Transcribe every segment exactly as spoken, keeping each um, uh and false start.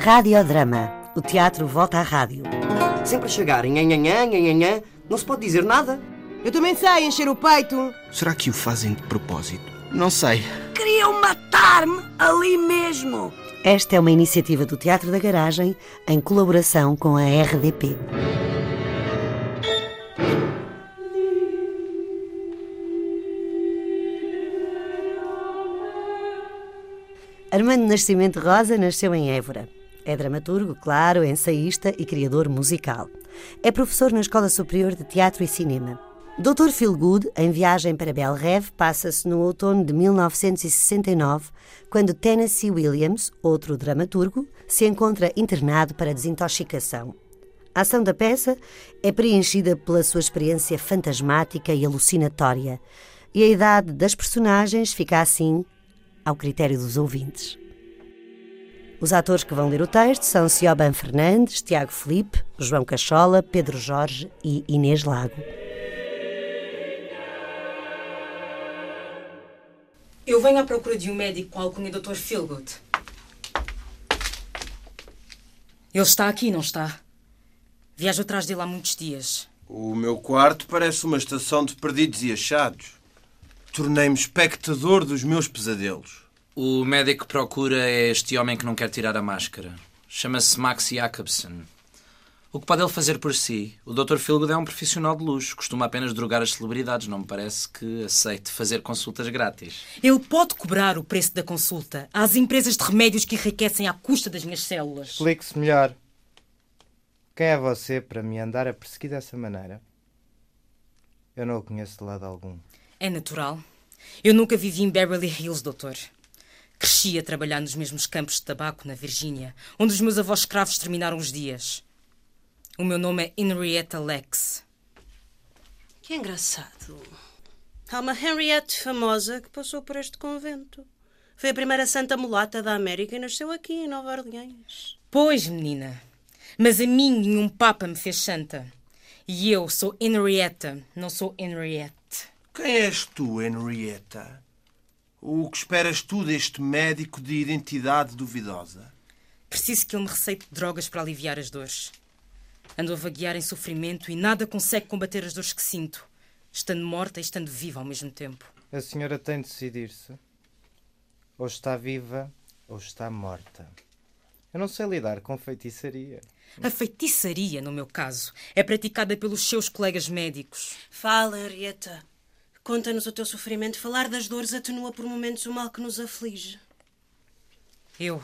Radiodrama. O teatro volta à rádio. Sempre a chegar em nhanhanhã, nhanhanhã, não se pode dizer nada. Eu também sei encher o peito. Será que o fazem de propósito? Não sei. Queriam matar-me ali mesmo. Esta é uma iniciativa do Teatro da Garagem em colaboração com a R D P. Armando Nascimento Rosa nasceu em Évora. É dramaturgo, claro, ensaísta e criador musical. É professor na Escola Superior de Teatro e Cinema. doutor Feelgood, em Viagem para Belle Reve, passa-se no outono de mil novecentos e sessenta e nove, quando Tennessee Williams, outro dramaturgo, se encontra internado para desintoxicação. A ação da peça é preenchida pela sua experiência fantasmática e alucinatória, e a idade das personagens fica assim ao critério dos ouvintes. Os atores que vão ler o texto são Sioban Fernandes, Tiago Filipe, João Cachola, Pedro Jorge e Inês Lago. Eu venho à procura de um médico com a alcunha doutor Feelgood. Ele está aqui, não está? Viajo atrás dele há muitos dias. O meu quarto parece uma estação de perdidos e achados. Tornei-me espectador dos meus pesadelos. O médico que procura é este homem que não quer tirar a máscara. Chama-se Max Jacobson. O que pode ele fazer por si? O doutor Feelgood é um profissional de luxo. Costuma apenas drogar as celebridades. Não me parece que aceite fazer consultas grátis. Ele pode cobrar o preço da consulta às empresas de remédios que enriquecem à custa das minhas células. Explique-se melhor. Quem é você para me andar a perseguir dessa maneira? Eu não o conheço de lado algum. É natural. Eu nunca vivi em Beverly Hills, doutor. Cresci a trabalhar nos mesmos campos de tabaco na Virgínia, onde os meus avós escravos terminaram os dias. O meu nome é Henrietta Lacks. Que engraçado. Há uma Henriette famosa que passou por este convento. Foi a primeira santa mulata da América e nasceu aqui em Nova Orleans. Pois, menina. Mas a mim nenhum papa me fez santa. E eu sou Henrietta, não sou Henriette. Quem és tu, Henrietta? O que esperas tu deste médico de identidade duvidosa? Preciso que ele me receite drogas para aliviar as dores. Ando a vaguear em sofrimento e nada consegue combater as dores que sinto, estando morta e estando viva ao mesmo tempo. A senhora tem de decidir-se. Ou está viva ou está morta. Eu não sei lidar com feitiçaria. A feitiçaria, no meu caso, é praticada pelos seus colegas médicos. Fala, Henrietta. Conta-nos o teu sofrimento. Falar das dores atenua por momentos o mal que nos aflige. Eu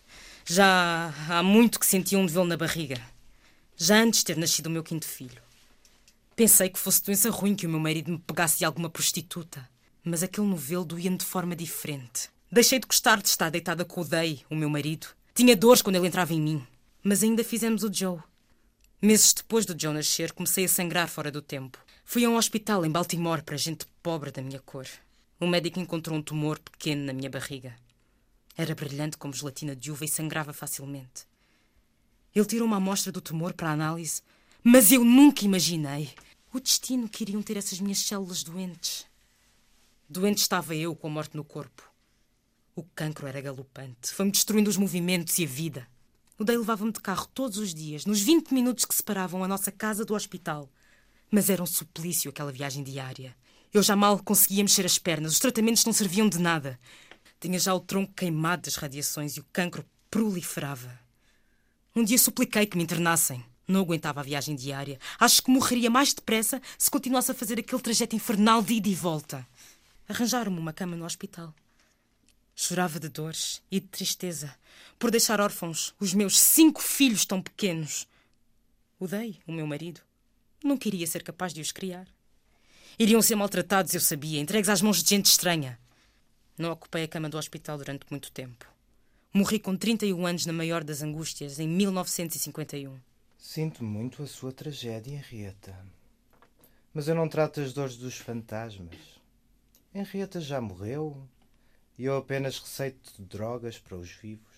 já há muito que senti um novelo na barriga. Já antes de ter nascido o meu quinto filho. Pensei que fosse doença ruim que o meu marido me pegasse de alguma prostituta. Mas aquele novelo doía-me de forma diferente. Deixei de gostar de estar deitada com o Day, o meu marido. Tinha dores quando ele entrava em mim. Mas ainda fizemos o Joe. Meses depois do Joe nascer, comecei a sangrar fora do tempo. Fui a um hospital em Baltimore para gente pobre da minha cor. O médico encontrou um tumor pequeno na minha barriga. Era brilhante como gelatina de uva e sangrava facilmente. Ele tirou uma amostra do tumor para análise, mas eu nunca imaginei o destino que iriam ter essas minhas células doentes. Doente estava eu com a morte no corpo. O cancro era galopante, foi-me destruindo os movimentos e a vida. O Day levava-me de carro todos os dias, nos vinte minutos que separavam a nossa casa do hospital. Mas era um suplício aquela viagem diária. Eu já mal conseguia mexer as pernas, os tratamentos não serviam de nada. Tinha já o tronco queimado das radiações e o cancro proliferava. Um dia supliquei que me internassem. Não aguentava a viagem diária. Acho que morreria mais depressa se continuasse a fazer aquele trajeto infernal de ida e volta. Arranjaram-me uma cama no hospital. Chorava de dores e de tristeza por deixar órfãos os meus cinco filhos tão pequenos. O Day, o meu marido, não queria ser capaz de os criar. Iriam ser maltratados, eu sabia, entregues às mãos de gente estranha. Não ocupei a cama do hospital durante muito tempo. Morri com trinta e um anos na maior das angústias, em mil novecentos e cinquenta e um. Sinto muito a sua tragédia, Henrietta. Mas eu não trato as dores dos fantasmas. Henrietta já morreu e eu apenas receito drogas para os vivos.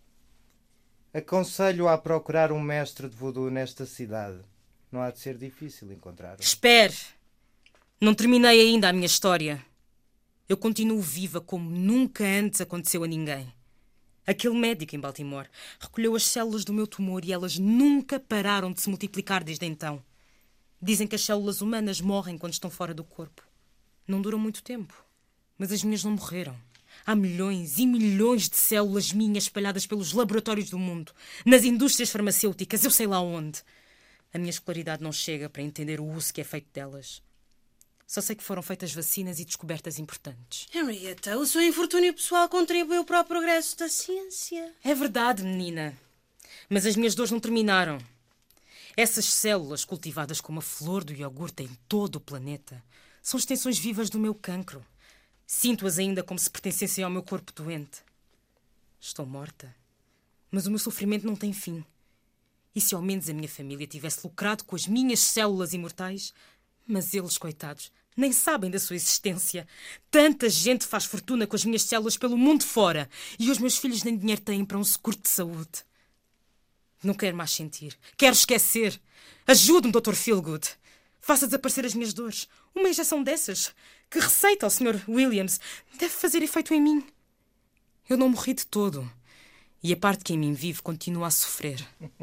Aconselho-a a procurar um mestre de voodoo nesta cidade. Não há de ser difícil encontrar. Espere! Não terminei ainda a minha história. Eu continuo viva como nunca antes aconteceu a ninguém. Aquele médico em Baltimore recolheu as células do meu tumor e elas nunca pararam de se multiplicar desde então. Dizem que as células humanas morrem quando estão fora do corpo. Não duram muito tempo, mas as minhas não morreram. Há milhões e milhões de células minhas espalhadas pelos laboratórios do mundo, nas indústrias farmacêuticas, eu sei lá onde. A minha escolaridade não chega para entender o uso que é feito delas. Só sei que foram feitas vacinas e descobertas importantes. Henrietta, o seu infortúnio pessoal contribuiu para o progresso da ciência. É verdade, menina. Mas as minhas dores não terminaram. Essas células, cultivadas como a flor do iogurte em todo o planeta, são extensões vivas do meu cancro. Sinto-as ainda como se pertencessem ao meu corpo doente. Estou morta, mas o meu sofrimento não tem fim. E se ao menos a minha família tivesse lucrado com as minhas células imortais... Mas eles, coitados, nem sabem da sua existência. Tanta gente faz fortuna com as minhas células pelo mundo fora e os meus filhos nem dinheiro têm para um seguro de saúde. Não quero mais sentir. Quero esquecer. Ajude-me, doutor Feelgood. Faça desaparecer as minhas dores. Uma injeção dessas, que receita ao senhor Williams, deve fazer efeito em mim. Eu não morri de todo. E a parte que em mim vive continua a sofrer.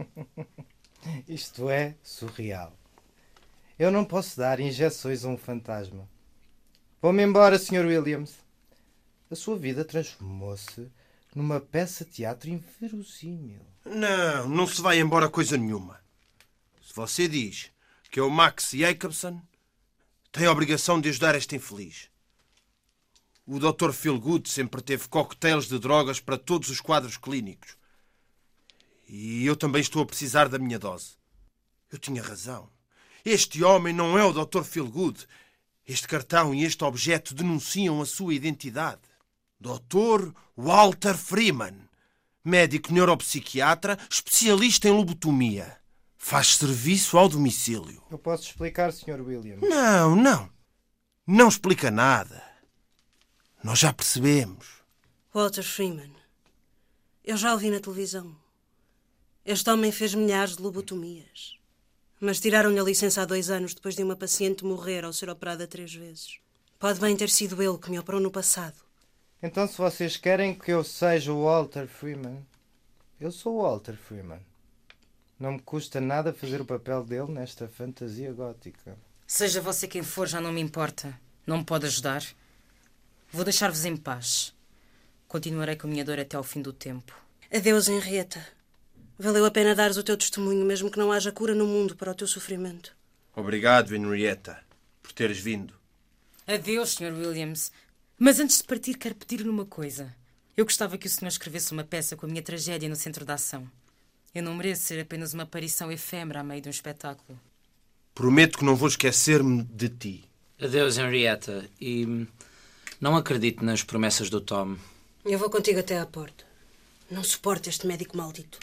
Isto é surreal. Eu não posso dar injeções a um fantasma. Vou-me embora, senhor Williams. A sua vida transformou-se numa peça de teatro inverossímil. Não, não se vai embora coisa nenhuma. Se você diz que é o Max Jacobson, tem a obrigação de ajudar este infeliz. O doutor Feelgood sempre teve coquetéis de drogas para todos os quadros clínicos. E eu também estou a precisar da minha dose. Eu tinha razão. Este homem não é o doutor Feelgood. Este cartão e este objeto denunciam a sua identidade. doutor Walter Freeman, médico neuropsiquiatra, especialista em lobotomia. Faz serviço ao domicílio. Eu posso explicar, senhor Williams? Não, não. Não explica nada. Nós já percebemos. Walter Freeman. Eu já o vi na televisão. Este homem fez milhares de lobotomias. Mas tiraram-lhe a licença há dois anos depois de uma paciente morrer ao ser operada três vezes. Pode bem ter sido ele que me operou no passado. Então, se vocês querem que eu seja o Walter Freeman, eu sou o Walter Freeman. Não me custa nada fazer o papel dele nesta fantasia gótica. Seja você quem for, já não me importa. Não me pode ajudar. Vou deixar-vos em paz. Continuarei com a minha dor até ao fim do tempo. Adeus, Henrietta. Valeu a pena dares o teu testemunho, mesmo que não haja cura no mundo para o teu sofrimento. Obrigado, Henrietta, por teres vindo. Adeus, senhor Williams. Mas antes de partir, quero pedir-lhe uma coisa. Eu gostava que o senhor escrevesse uma peça com a minha tragédia no centro da ação. Eu não mereço ser apenas uma aparição efêmera a meio de um espetáculo. Prometo que não vou esquecer-me de ti. Adeus, Henrietta. E não acredito nas promessas do Tom. Eu vou contigo até à porta. Não suporto este médico maldito.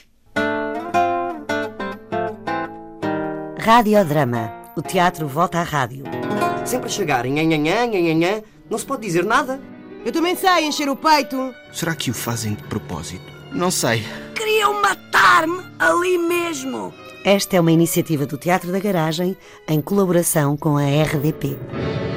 Radiodrama. O teatro volta à rádio. Sempre a chegar, nhanhanhã, nhanhanhã, não se pode dizer nada. Eu também sei encher o peito. Será que o fazem de propósito? Não sei. Queriam matar-me ali mesmo. Esta é uma iniciativa do Teatro da Garagem em colaboração com a R D P.